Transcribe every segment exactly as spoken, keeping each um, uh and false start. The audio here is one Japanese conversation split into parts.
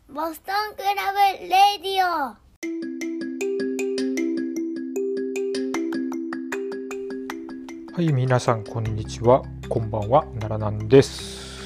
ボストンクラブレディオ。 はい、皆さんこんにちは、こんばんは、奈良南です。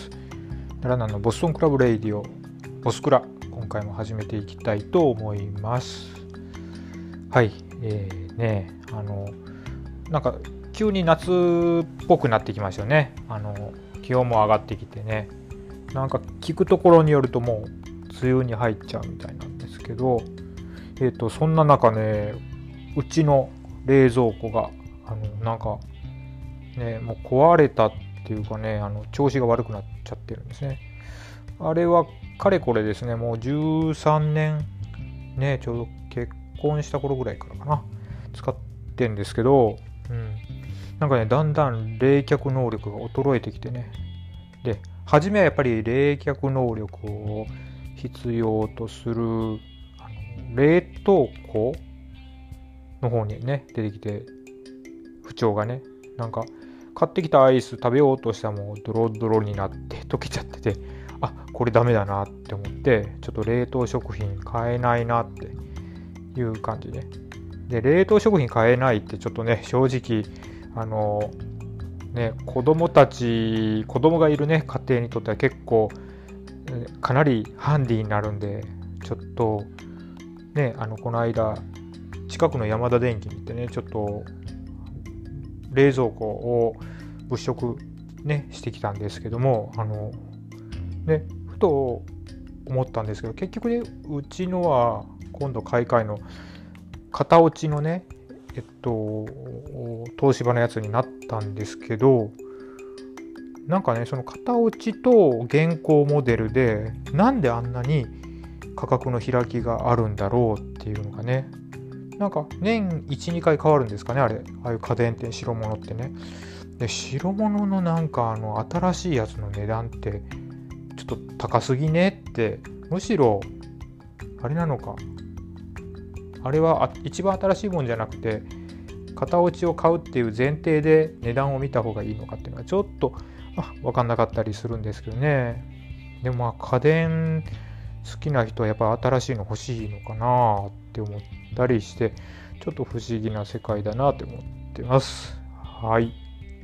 奈良南のボストンクラブレディオ、ボスクラ、今回も始めていきたいと思います。はい、えー、ね、あの、なんか急に夏っぽくなってきましたよね。あの、気温も上がってきてね、なんか聞くところによるともう梅雨に入っちゃうみたいなんですけど、えーと、そんな中ね、うちの冷蔵庫が、あの、なんか、ね、もう壊れたっていうかね、あの調子が悪くなっちゃってるんですね。あれはかれこれですね、もうじゅうさんねんね、ちょうど結婚した頃ぐらいからかな、使ってんですけど、うん、なんかね、だんだん冷却能力が衰えてきてね、で、初めはやっぱり冷却能力を必要とするあの冷凍庫の方にね、出てきて、不調がね、なんか買ってきたアイス食べようとしたらもうドロドロになって溶けちゃってて、あ、これダメだなって思って、ちょっと冷凍食品買えないなっていう感じで、で冷凍食品買えないってちょっとね、正直あのね、子供たち子供がいるね家庭にとっては結構かなりハンディになるんで、ちょっとね、あのこの間近くのヤマダ電機に行ってね、ちょっと冷蔵庫を物色ねしてきたんですけども、あのね、ふと思ったんですけど、結局ね、うちのは今度買い替えの型落ちのね、えっと東芝のやつになったんですけど、なんかね、その型落ちと現行モデルでなんであんなに価格の開きがあるんだろうっていうのがね、なんか年 いち,に 回変わるんですかね、あれ、ああいう家電店、白物ってね。で、白物のなんかあの新しいやつの値段ってちょっと高すぎねって、むしろあれなのか、あれは一番新しいもんじゃなくて型落ちを買うっていう前提で値段を見た方がいいのかっていうのはちょっと分かんなかったりするんですけどね。でもまあ家電好きな人はやっぱ新しいの欲しいのかなって思ったりして、ちょっと不思議な世界だなって思ってます。はい。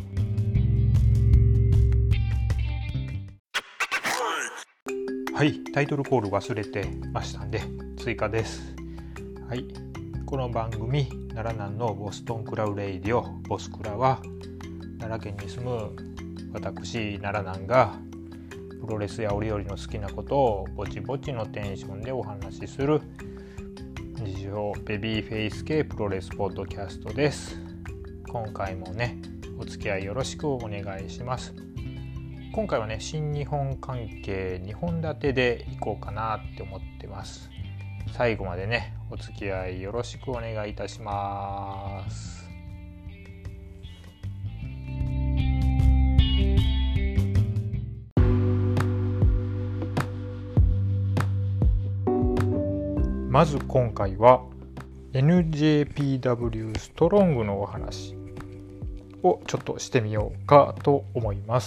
はい、タイトルコール忘れてましたんで追加です。はい、この番組奈良南のボストンクラブレイディオボスクラは、奈良県に住む私奈良南がプロレスや折々の好きなことをぼちぼちのテンションでお話しする自称ベビーフェイス系プロレスポッドキャストです。今回もね、お付き合いよろしくお願いします。今回はね、新日本関係にほん立てでいこうかなって思ってます。最後までね、お付き合いよろしくお願いいたします。まず今回は エヌジェーピーダブリュー ストロングのお話をちょっとしてみようかと思います。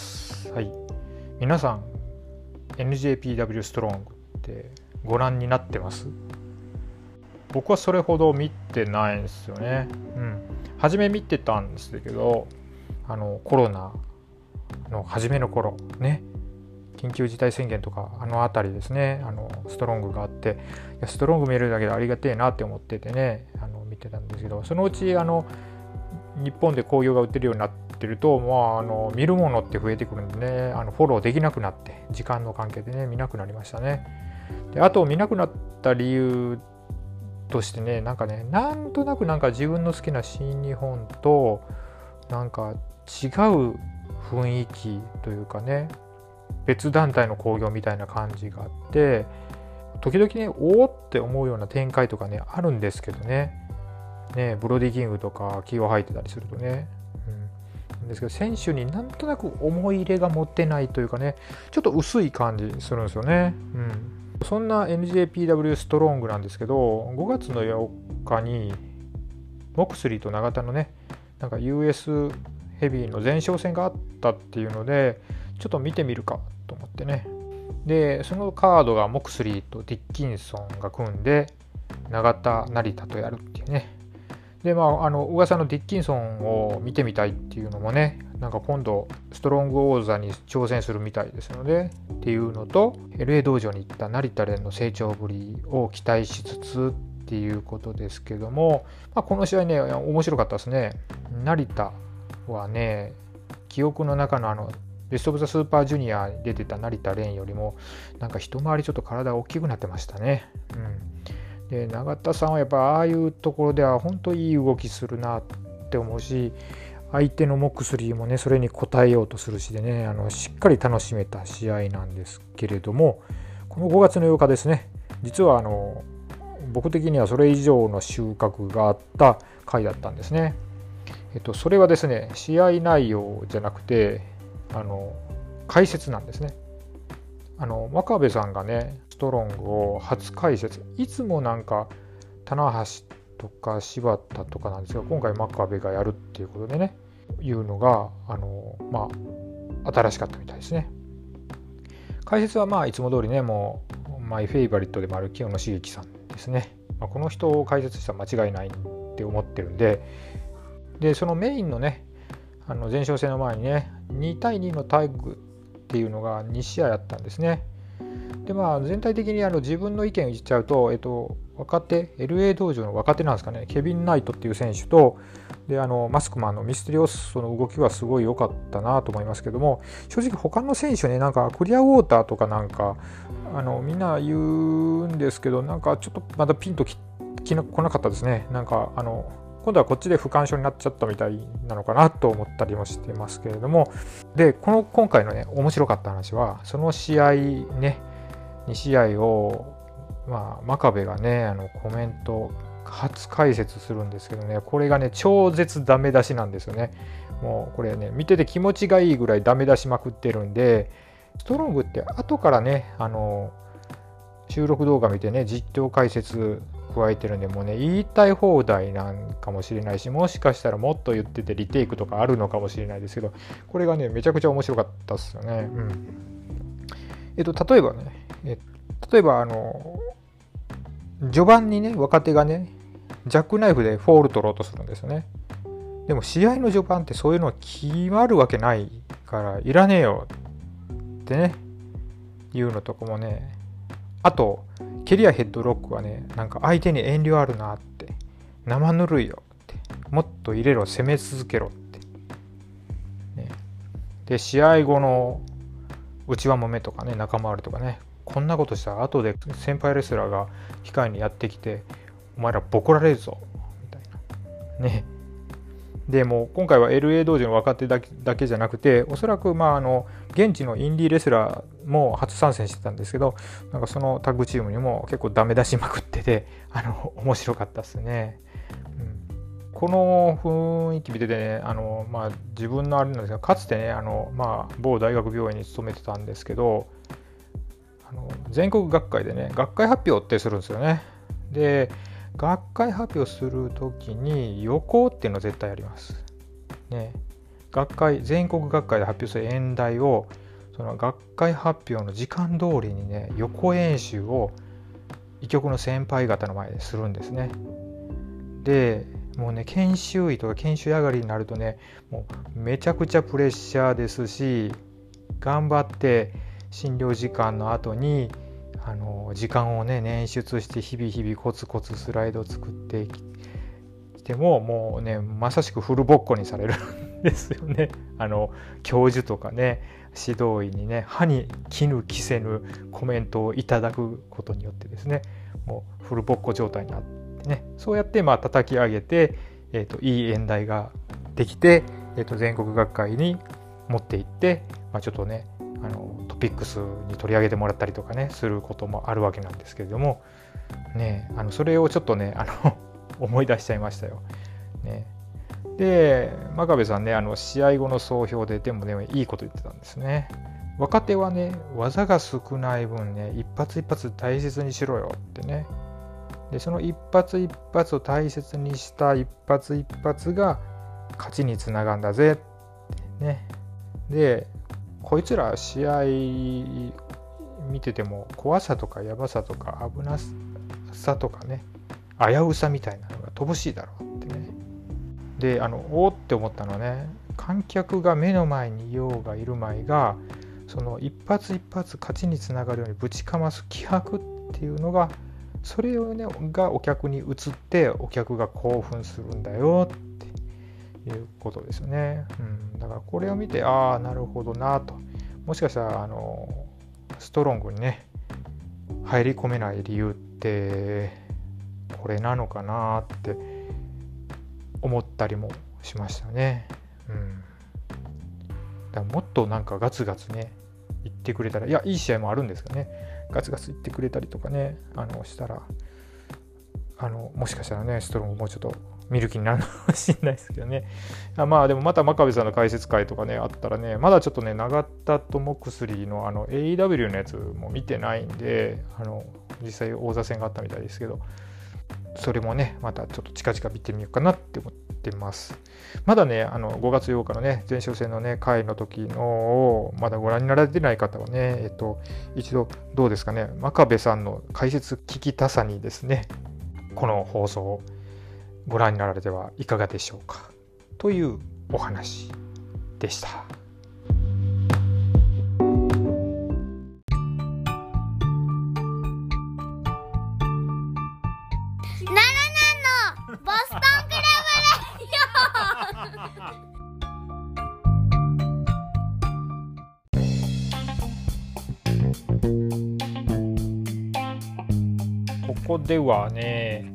はい、皆さん エヌジェーピーダブリュー ストロングってご覧になってます？僕はそれほど見てないんですよね。うん。初め見てたんですけど、あのコロナの初めの頃ね、緊急事態宣言とかあのあたりですね、あのストロングがあって、いやストロング見るだけでありがてえなって思っててね、あの見てたんですけど、そのうちあの日本で興行が売ってるようになってると、まあ、あの見るものって増えてくるんでね、あのフォローできなくなって、時間の関係でね見なくなりましたね。で、あと見なくなった理由としてね、なんかね、なんとなくなんか自分の好きな新日本となんか違う雰囲気というかね、別団体の興行みたいな感じがあって、時々ね、おーって思うような展開とかねあるんですけどね、ね、ブロディキングとか気を吐いてたりするとね、うん、ですけど選手になんとなく思い入れが持てないというかね、ちょっと薄い感じするんですよね。うん、そんな エヌジェーピーダブリュー ストロングなんですけど、ごがつのよっかにモクスリーと永田のね、なんか ユーエス ヘビーの前哨戦があったっていうので、ちょっと見てみるかと思ってね、 でそのカードがモクスリーとディッキンソンが組んで永田成田とやるっていうね。でまああの噂のディッキンソンを見てみたいっていうのもね、なんか今度ストロング王座に挑戦するみたいですのでっていうのと、 エルエー 道場に行った成田蓮の成長ぶりを期待しつつっていうことですけども、まあ、この試合ね面白かったですね。成田はね、記憶の中のあのベストオブザスーパージュニアに出てた成田蓮よりもなんか一回りちょっと体が大きくなってましたね。うん、で永田さんはやっぱああいうところでは本当いい動きするなって思うし、相手のモックスリーもねそれに応えようとするしでね、あのしっかり楽しめた試合なんですけれども、このごがつのようかですね、実はあの僕的にはそれ以上の収穫があった回だったんですね。えっとそれはですね、試合内容じゃなくてあの解説なんですね。あの真壁さんがねストロングを初解説、いつもなんか棚橋とか柴田とかなんですが、今回真壁がやるっていうことでね、いうのがあのまあ新しかったみたいですね。解説はまあいつも通りね、もうマイフェイバリットでもある清野茂樹さんですね。まあ、この人を解説したら間違いないって思ってるんで、でそのメインのねあの前哨戦の前にねにたいにのタッグっていうのがに試合あったんですね。でまあ全体的にあの自分の意見を言っちゃうと、えっと若手 エルエー 道場の若手なんですかね、ケビン・ナイトっていう選手とであのマスクマンのミステリオスの動きはすごい良かったなと思いますけども、正直他の選手ね、なんかクリアウォーターとかなんかあのみんな言うんですけど、なんかちょっとまだピンとききな来なかったですね。なんかあの今度はこっちで不干渉になっちゃったみたいなのかなと思ったりもしてますけれども、でこの今回のね面白かった話は、その試合ねに試合をまあ真壁がねあのコメント初解説するんですけどね、これがね超絶ダメ出しなんですよね。もうこれね見てて気持ちがいいぐらいダメ出しまくってるんで、ストロングって後からねあの収録動画見てね実況解説加えてるんで、もうね言いたい放題なんかもしれないし、もしかしたらもっと言っててリテイクとかあるのかもしれないですけど、これがねめちゃくちゃ面白かったっすよね。うん、えっと例えばねえ例えばあの序盤にね若手がねジャックナイフでフォール取ろうとするんですよね。でも試合の序盤ってそういうの決まるわけないからいらねえよってねいうのとかもね、あと蹴りやヘッドロックはねなんか相手に遠慮あるなって、生ぬるいよって、もっと入れろ、攻め続けろって、ね、で試合後の内輪もめとかね仲間割りとかね、こんなことしたら後で先輩レスラーが控えにやってきてお前らボコられるぞみたいなね。でもう今回は エルエー 道場の若手だけ、だけじゃなくて、おそらくまああの現地のインディーレスラーも初参戦してたんですけど、なんかそのタッグチームにも結構ダメ出しまくってて、あの面白かったですね。うん、この雰囲気見ててね、あのまあ自分のあれなんですが、かつてねあのまあ某大学病院に勤めてたんですけど、あの全国学会でね学会発表ってするんですよね。で学会発表するときに予行っていうのを絶対やります。ね、学会全国学会で発表する演題をその学会発表の時間通りにね予行演習を医局の先輩方の前でするんですね。でもうね研修医とか研修上がりになるとねもうめちゃくちゃプレッシャーですし、頑張って診療時間の後にあの時間をね捻出して日々日々コツコツスライドを作ってきてももうねまさしくフルボッコにされるんですよね。あの教授とかね指導員にね歯に衣着せぬコメントをいただくことによってですね、もうフルボッコ状態になってね、そうやってまあ叩き上げて、えーと、いい演題ができて、えーと、全国学会に持っていって、まあ、ちょっとねあのトピックスに取り上げてもらったりとかねすることもあるわけなんですけれどもね、あのそれをちょっとねあの思い出しちゃいましたよ。ね、で真壁さんねあの試合後の総評ででもねいいこと言ってたんですね。若手はね技が少ない分ね一発一発大切にしろよってね。でその一発一発を大切にした一発一発が勝ちにつながるんだぜってね。でこいつら試合見てても怖さとかやばさとか危なさとかね、危うさみたいなのが乏しいだろうってね。で、あのおーって思ったのはね、観客が目の前にいようがいるまいが、その一発一発勝ちにつながるようにぶちかます気迫っていうのが、それをねがお客に移ってお客が興奮するんだよっていうことですよね。うん、だからこれを見て、ああなるほどなと、もしかしたらあのストロングにね入り込めない理由ってこれなのかなって思ったりもしましたね。うん、だからもっとなんかガツガツね言ってくれたら、いやいい試合もあるんですがね、ガツガツ言ってくれたりとかね、あのしたらあのもしかしたらねストロングもうちょっと見る気になるかもしれないですけどね。まあでもまた真壁さんの解説会とかねあったらね、まだちょっとね永田智薬のあの エーイーダブリュー のやつも見てないんで、あの実際王座戦があったみたいですけど、それもねまたちょっと近々見てみようかなって思ってます。まだねあのごがつようかのね前哨戦のね回の時のをまだご覧になられてない方はね、えっと一度どうですかね、真壁さんの解説聞きたさにですねこの放送をご覧になられてはいかがでしょうかというお話でした。 ボストンクラここではね、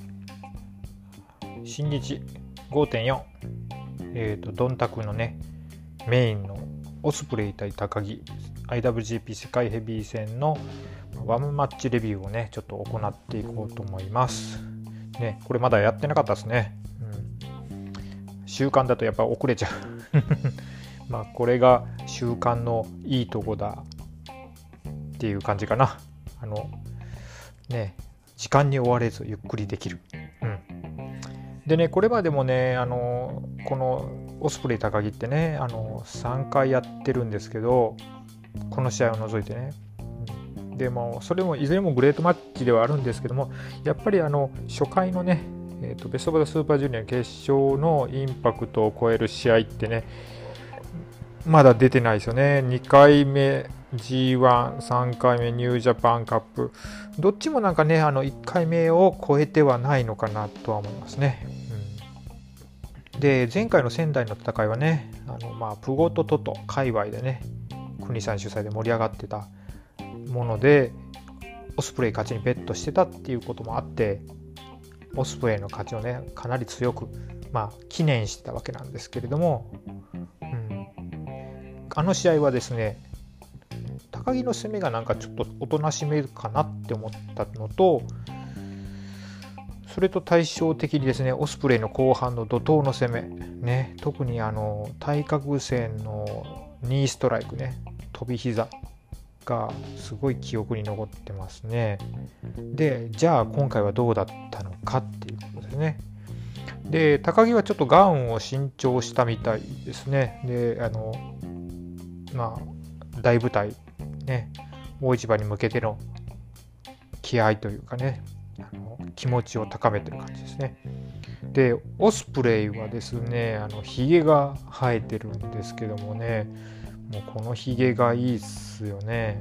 新日 ごてんよん、えーとドンタクのねメインのオスプレイ対高木 アイダブリュージーピー 世界ヘビー戦のワンマッチレビューをねちょっと行っていこうと思いますね。これまだやってなかったですね、うん、習慣だとやっぱ遅れちゃうまあこれが習慣のいいとこだっていう感じかな。あのね時間に追われずゆっくりできる、うん、でねこれまでもねあのこのオスプレイ高木ってねあのさんかいやってるんですけど、この試合を除いてね、でもそれもいずれもグレートマッチではあるんですけども、やっぱりあの初回のね、えーとベスト・オブ・ザ・スーパージュニア決勝のインパクトを超える試合ってねまだ出てないですよね。にかいめ ジーワン、さんかいめニュージャパンカップ、どっちもなんかねあのいっかいめを超えてはないのかなとは思いますね、うん、で前回の仙台の戦いはねあの、まあ、プゴトトト界隈でね国さん主催で盛り上がってたもので、オスプレイ勝ちにベットしてたっていうこともあって、オスプレイの勝ちをねかなり強く、まあ、記念してたわけなんですけれども、うん、あの試合はですね高木の攻めがなんかちょっとおとなしめるかなって思ったのと、それと対照的にですねオスプレイの後半の怒涛の攻めね、特にあの対角線のニーストライクね、飛び膝がすごい記憶に残ってますね。でじゃあ今回はどうだったのかっていうことですね。で高木はちょっとガウンを新調したみたいですね。であのまあ大舞台ね大一番に向けての気合というかねあの気持ちを高めてる感じですね。でオスプレイはですねあのヒゲが生えてるんですけどもね、もうこのヒゲがいいっすよね。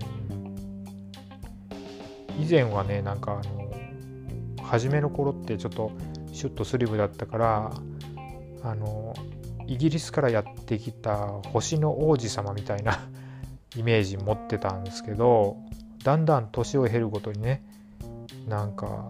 以前はねなんかあの初めの頃ってちょっとシュッとスリムだったからあのイギリスからやってきた星の王子様みたいなイメージ持ってたんですけど、だんだん年を経るごとにねなんか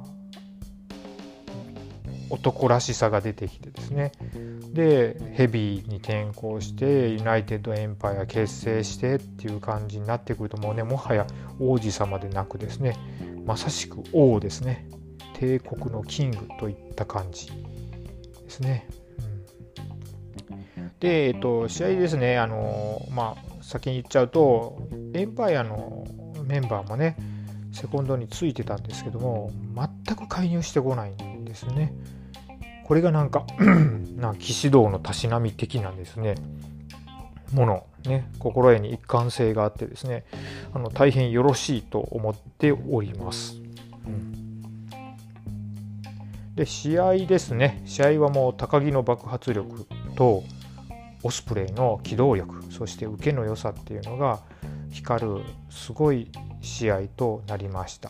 男らしさが出てきてですね、でヘビーに転向してユナイテッドエンパイア結成してっていう感じになってくると、もうねもはや王子様でなくですねまさしく王ですね、帝国のキングといった感じですね、うん、で、えっと、試合ですねあのまあ先に言っちゃうとエンパイアのメンバーもねセコンドについてたんですけども全く介入してこないんですね。これがなんかな騎士道のたしなみ的なんですね。 もの、ね、心得に一貫性があってですね、あの大変よろしいと思っております。うん、で試合ですね。試合はもう高木の爆発力とオスプレイの機動力、そして受けの良さっていうのが光るすごい試合となりました。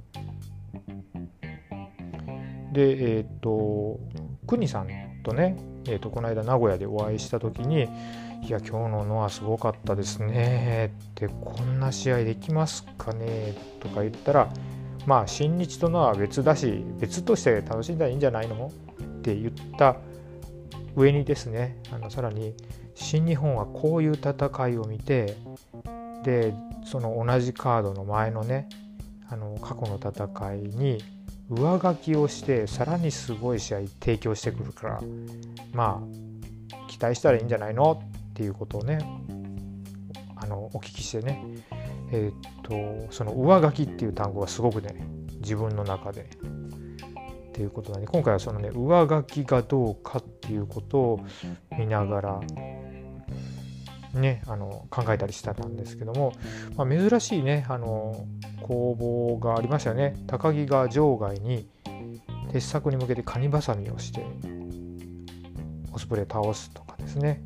で、えっと国さんとね、えー、とこの間名古屋でお会いした時に、いや今日のノアすごかったですねって、こんな試合できますかねとか言ったら、まあ新日とノアは別だし、別として楽しんだらいいんじゃないのって言った上にですね、あのさらに新日本はこういう戦いを見て、でその同じカードの前のね、あの過去の戦いに上書きをしてさらにすごい試合提供してくるから、まあ期待したらいいんじゃないのっていうことをね、あのお聞きしてね、えー、っとその上書きっていう単語がすごくね自分の中でっていうことなんで、今回はそのね上書きがどうかっていうことを見ながらね、あの考えたりしてたんですけども、まあ、珍しいねあの攻防がありましたよね。高木が場外に鉄柵に向けてカニバサミをしてオスプレイを倒すとかですね。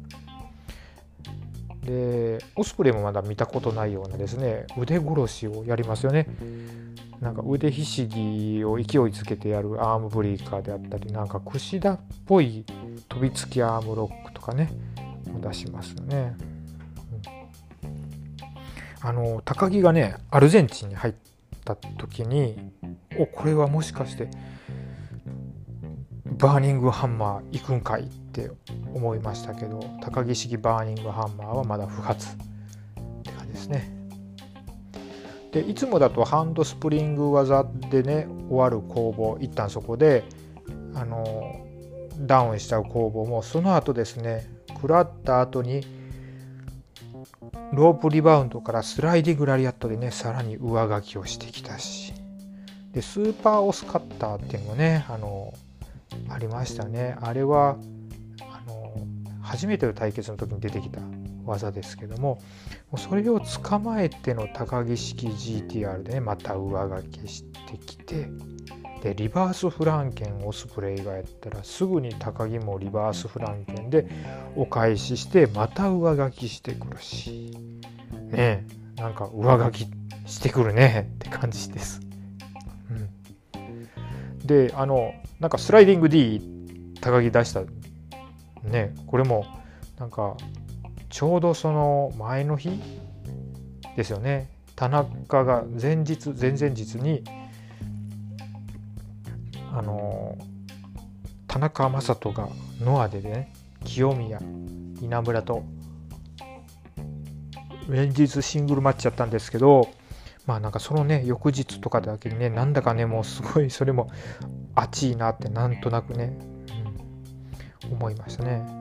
でオスプレイもまだ見たことないようなですね腕殺しをやりますよね。なんか腕ひしぎを勢いつけてやるアームブリーカーであったり、なんか櫛田っぽい飛びつきアームロックとかね出しますよね。あの高木がねアルゼンチンに入った時に、おこれはもしかしてバーニングハンマー行くんかいって思いましたけど、高木式バーニングハンマーはまだ不発って感じですね。でいつもだとハンドスプリング技でね終わる攻防、一旦そこであのダウンしちゃう攻防も、その後ですね食らった後にロープリバウンドからスライディングラリアットでねさらに上書きをしてきたし、でスーパーオスカッターっていうのもねあのありましたね。あれはあの初めての対決の時に出てきた技ですけども、それを捕まえての高木式 ジーティーアール でねまた上書きしてきて、でリバースフランケンオスプレイがやったらすぐに高木もリバースフランケンでお返ししてまた上書きしてくるしね、えなんか上書きしてくるねって感じです。うん、であのなんかスライディング D 高木出したね、これもなんかちょうどその前の日ですよね。田中が前日前々日にあの田中将人がノアでね清宮稲村と連日シングルマッチやったんですけど、まあなんかそのね翌日とかだけにねなんだかねもうすごいそれも熱いなってなんとなくね、うん、思いましたね。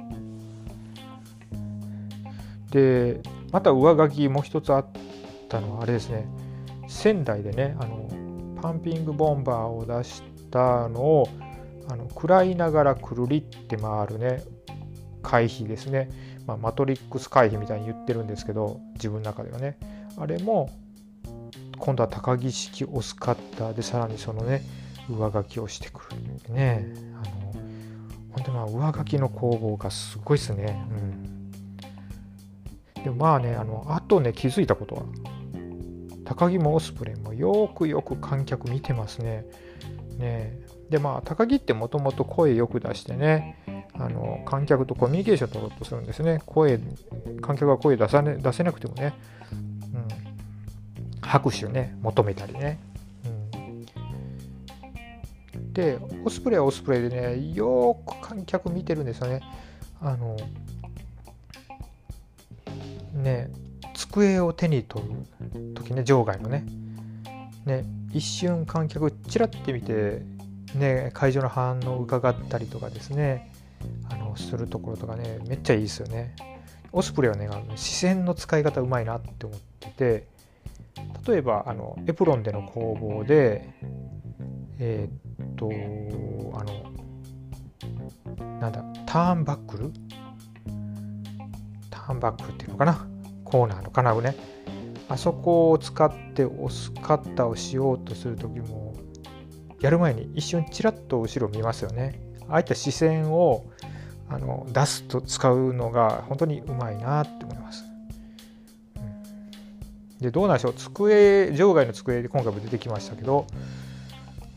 でまた上書きもう一つあったのはあれですね、仙台でねあのパンピングボンバーを出したのをあの食らいながらくるりって回るね回避ですね、まあ、マトリックス回避みたいに言ってるんですけど自分の中ではね、あれも今度は高木式オスカッターでさらにそのね上書きをしてくるんでね、あの本当にまあ上書きの攻防がすごいですね。うん、でもまあねあのあとね気づいたことは高木もオスプレイもよくよく観客見てますね。ねでまあ高木ってもともと声よく出してねあの観客とコミュニケーション取ろうとするんですね。声観客が声出さ、ね、出せなくてもね、うん、拍手ね求めたりね、うん、でオスプレイはオスプレイでねよく観客見てるんですよね。あのね机を手に取る時ね場外のねね一瞬観客チラッて見てね会場の反応を伺ったりとかですねあのするところとかねめっちゃいいですよね。オスプレイはね視線の使い方うまいなって思ってて、例えばあのエプロンでの攻防でえー、っとあのなんだターンバックルタハンバッグっていうのかな、コーナーの金具ね、あそこを使って押すカッターをしようとするときも、やる前に一瞬チラッと後ろ見ますよね。ああいった視線をあの出すと使うのが本当にうまいなって思います。うん、でどうなんでしょう、机、場外の机で今回も出てきましたけど、うん、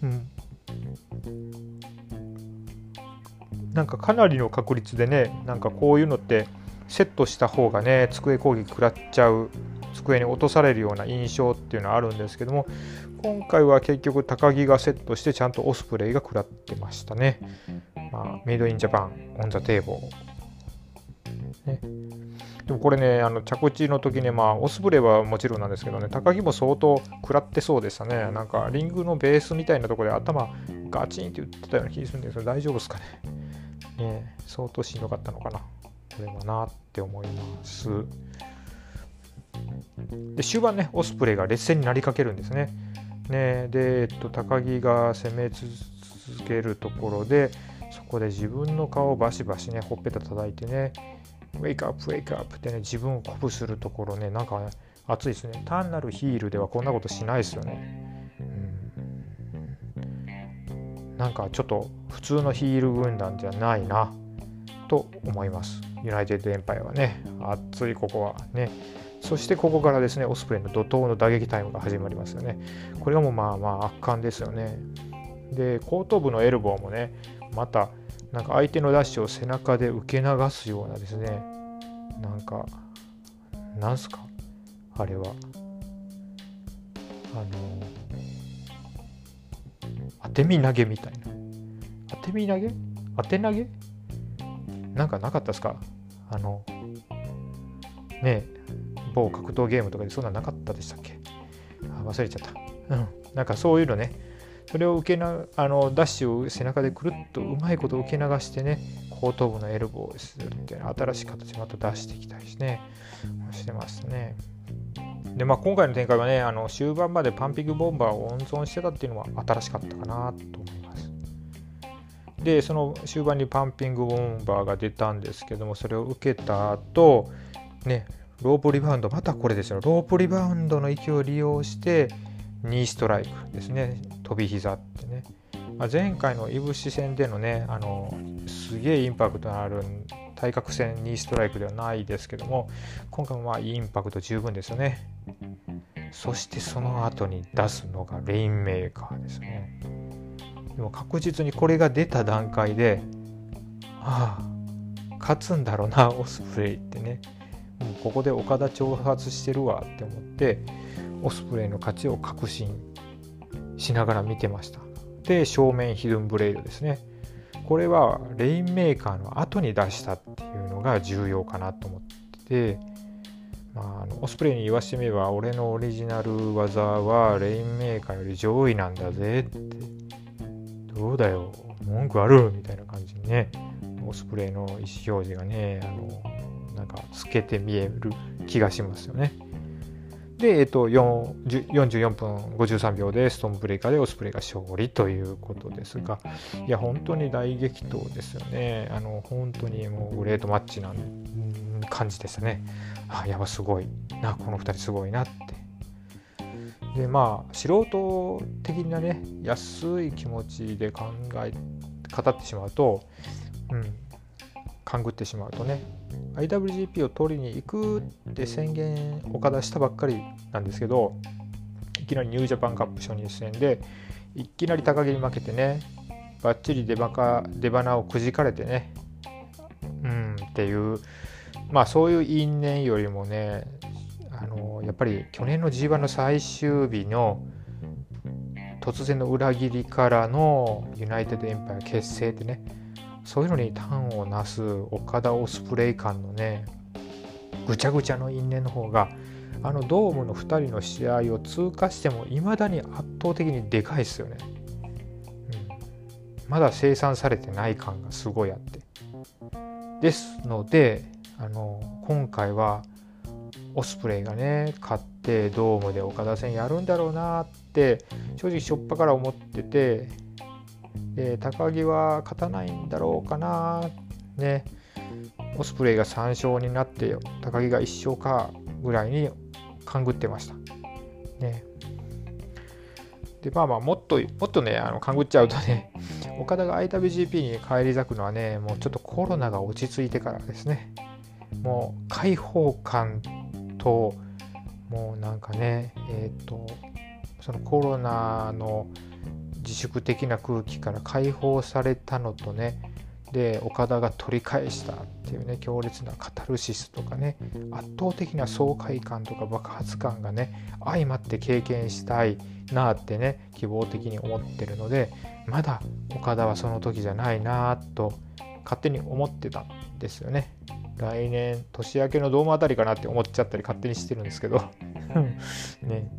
なんかかなりの確率でね、なんかこういうのってセットした方がね、机攻撃食らっちゃう、机に落とされるような印象っていうのはあるんですけども、今回は結局高木がセットしてちゃんとオスプレイが食らってましたね。まあ、メイドインジャパンオンザテーブル、ね、でもこれね、あの着地の時ね、まあオスプレイはもちろんなんですけどね、高木も相当食らってそうでしたね。なんかリングのベースみたいなところで頭ガチンって言ってたような気がするんですけど、大丈夫ですかね。ね、相当しんどかったのかな、これはなって思います。で終盤ね、オスプレイが劣勢になりかけるんですね。ねで、えっと、高木が攻め続けるところで、そこで自分の顔をバシバシね、ほっぺた叩いてね、ウェイクアップウェイクアップってね、自分を鼓舞するところね、なんか、ね、熱いですね。単なるヒールではこんなことしないですよね。うん、なんかちょっと普通のヒール軍団じゃないなと思います。ユナイテッドエンパイアはね、熱い、ここはね。そしてここからですね、オスプレイの怒涛の打撃タイムが始まりますよね。これがもうまあまあ圧巻ですよね。で、後頭部のエルボーもね、またなんか相手のダッシュを背中で受け流すようなですね、なんかなんすかあれは、あの当て身投げみたいな、当て身投げ当て投げなんかなかったですか、あのねえ、某格闘ゲームとかでそんななかったでしたっけ、あ忘れちゃった、うん、なんかそういうのね、それを受けなあのダッシュを背中でくるっとうまいこと受け流してね、後頭部のエルボーをするっていう新しい形また出してきたりしてね、してますね。で、まあ、今回の展開はね、あの終盤までパンピングボンバーを温存してたっていうのは新しかったかなと思います。で、その終盤にパンピングボンバーが出たんですけども、それを受けた後ね、ロープリバウンド、またこれですよ、ロープリバウンドの勢いを利用してニーストライクですね、飛び膝ってね、まあ、前回のいぶし戦でのね、あのすげえインパクトのある対角線ニーストライクではないですけども、今回もまあインパクト十分ですよね。そしてその後に出すのがレインメーカーですね。でも確実にこれが出た段階で、ああ勝つんだろうなオスプレイってね、もうここで岡田挑発してるわって思ってオスプレイの勝ちを確信しながら見てました。で、正面ヒドゥンブレイドですね、これはレインメーカーの後に出したっていうのが重要かなと思ってて、まあ、あのオスプレイに言わせてみれば、俺のオリジナル技はレインメーカーより上位なんだぜって、どうだよ文句あるみたいな感じにね、オスプレイの意思表示がね、あのなんか透けて見える気がしますよね。で、えっと、よんじゅうよんぷんごじゅうさんびょうでストームブレイカーでオスプレイが勝利ということですが、いや本当に大激闘ですよね。あの本当にもうグレートマッチな感じでしたね。あ、やばすごいな、このふたりすごいなって。で、まあ素人的なね、安い気持ちで考え語ってしまうと、うん勘ぐってしまうとね、 アイダブリュージーピー を取りに行くって宣言岡田したばっかりなんですけど、いきなりニュージャパンカップ初日戦でいきなり高木に負けてね、バッチリ出花出花をくじかれてね、うんっていう、まあそういう因縁よりもね、あのやっぱり去年の ジーワン の最終日の突然の裏切りからのユナイテッドエンパイア結成ってね、そういうのに端をなす岡田オスプレイ感のね、ぐちゃぐちゃの因縁の方が、あのドームのふたりの試合を通過してもいまだに圧倒的にでかいですよね、うん、まだ生産されてない感がすごいあって、ですので、あの今回はオスプレイがね勝ってドームで岡田戦やるんだろうなって正直しょっぱから思ってて、で高木は勝たないんだろうかなね、 オスプレイがさん勝になって高木がいっ勝かぐらいに勘ぐってましたね。でまあまあもっともっとねあの勘ぐっちゃうとね、岡田が アイダブリュージーピー に返り咲くのはね、もうちょっとコロナが落ち着いてからですね。もう開放感ともうなんかねえっとそのコロナの自粛的な空気から解放されたのとね、で岡田が取り返したっていうね強烈なカタルシスとかね、圧倒的な爽快感とか爆発感がね相まって経験したいなってね希望的に思ってるので、まだ岡田はその時じゃないなと勝手に思ってたんですよね。来年年明けのドームあたりかなって思っちゃったり勝手にしてるんですけどね。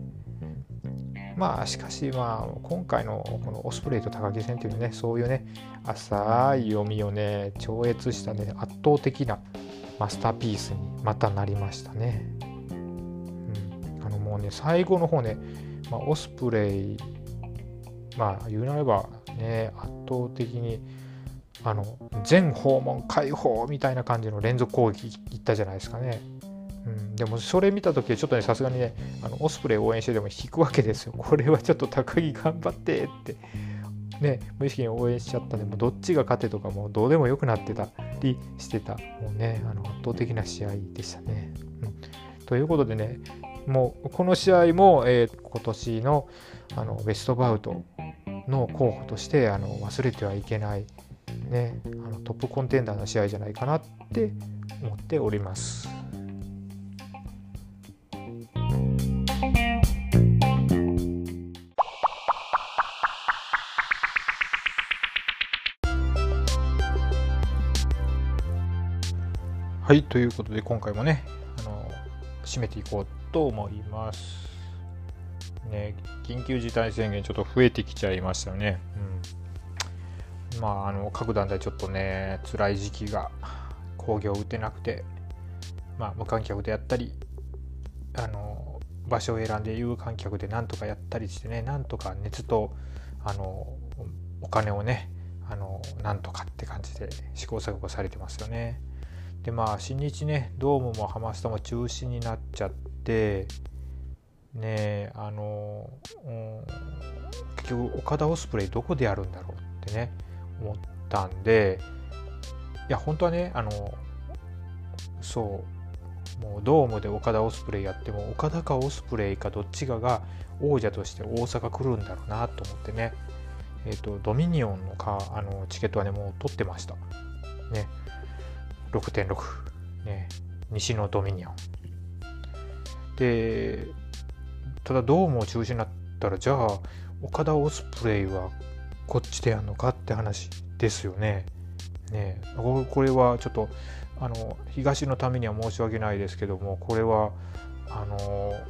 まあしかしまあ今回のこのオスプレイと高木戦っていうね、そういうね浅い読みをね超越したね圧倒的なマスターピースにまたなりましたね。うん、あのもうね最後の方ね、まあ、オスプレイまあ言うなればね圧倒的にあの全訪問解放みたいな感じの連続攻撃いったじゃないですかね。うん、でもそれ見た時はちょっとねさすがにねあのオスプレイ応援してでも引くわけですよ。これはちょっと高木頑張ってってね無意識に応援しちゃったんで、もうどっちが勝てとかもうどうでもよくなってたりしてた、もうねあの圧倒的な試合でしたね。うん、ということでね、もうこの試合も、えー、今年のあのベストバウトの候補としてあの忘れてはいけないね、あのトップコンテンダーの試合じゃないかなって思っております。はい、ということで今回もねあの締めていこうと思いますね。緊急事態宣言ちょっと増えてきちゃいましたよね。うん、まああの各団体ちょっとね辛い時期が興行打てなくて、まあ無観客でやったりあの場所を選んで有観客でなんとかやったりしてね、なんとか熱とあのお金をねあのなんとかって感じで試行錯誤されてますよね。でまあ新日ねドームもハマスタも中止になっちゃってね、あの、うん、結局岡田オスプレイどこでやるんだろうってね思ったんで、いや本当はねあのそうもうドームで岡田オスプレイやっても岡田かオスプレイかどっちかが王者として大阪来るんだろうなと思ってね、えっとドミニオンのかあのチケットはねもう取ってましたね。ろくてんろく、ね、西のドミニオンで、ただドームを中止になったらじゃあ岡田オスプレイはこっちでやるのかって話ですよね。ねこれはちょっとあの東のためには申し訳ないですけども、これはあの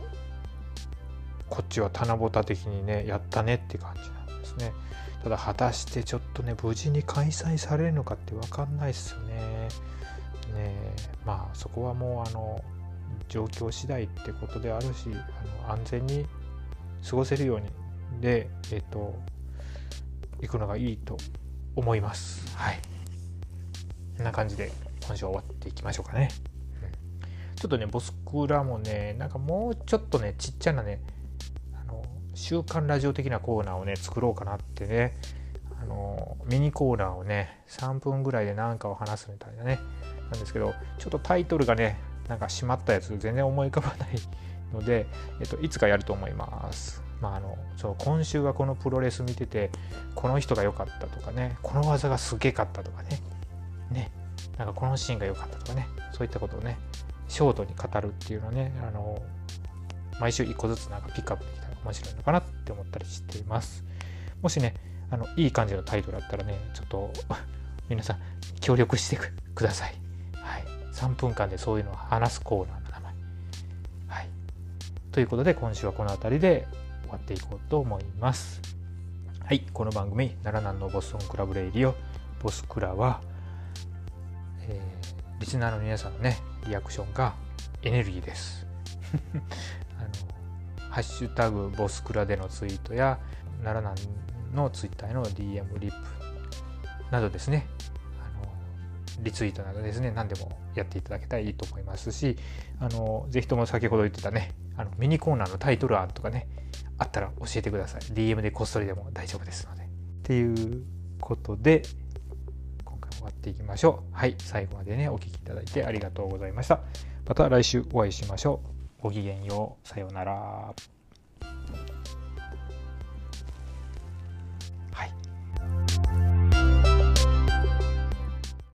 こっちは棚ぼた的にねやったねって感じなんですね。ただ果たしてちょっとね無事に開催されるのかって分かんないですよね。ねまあそこはもうあの状況次第ってことであるし、あの安全に過ごせるようにでえっと行くのがいいと思います。はい。こんな感じで今週は終わっていきましょうかね。うん、ちょっとねボスクラもねなんかもうちょっとねちっちゃなねあの週刊ラジオ的なコーナーをね作ろうかなってね、あのミニコーナーをねさんぷんぐらいで何かを話すみたいなねなんですけど、ちょっとタイトルがねなんかしまったやつ全然思い浮かばないので、えっと、いつかやると思います。まああのそう今週はこのプロレス見ててこの人が良かったとかね、この技がすげえかったとかねねなんかこのシーンが良かったとかね、そういったことをねショートに語るっていうのはねあの毎週いっこずつなんかピックアップできたら面白いのかなって思ったりしています。もしねあのいい感じのタイトルだったらねちょっと皆さん協力してください。はい、さんぷんかんでそういうのを話すコーナーの名前。はい、ということで今週はこの辺りで終わっていこうと思います。はい、この番組奈良南のボストンクラブレイディオボスクラは、えー、リスナーの皆さんのねリアクションがエネルギーです。あのハッシュタグボスクラでのツイートや奈良南のツイッターへの ディーエム リップなどですね、あのリツイートなどですね、何でもやっていただけたらいいと思いますし、あのぜひとも先ほど言ってたね、あのミニコーナーのタイトル案とかね、あったら教えてください。 ディーエム でこっそりでも大丈夫ですので。っていうことで今回も終わっていきましょう。はい、最後までねお聞きいただいてありがとうございました。また来週お会いしましょう。ごきげんよう。さようなら。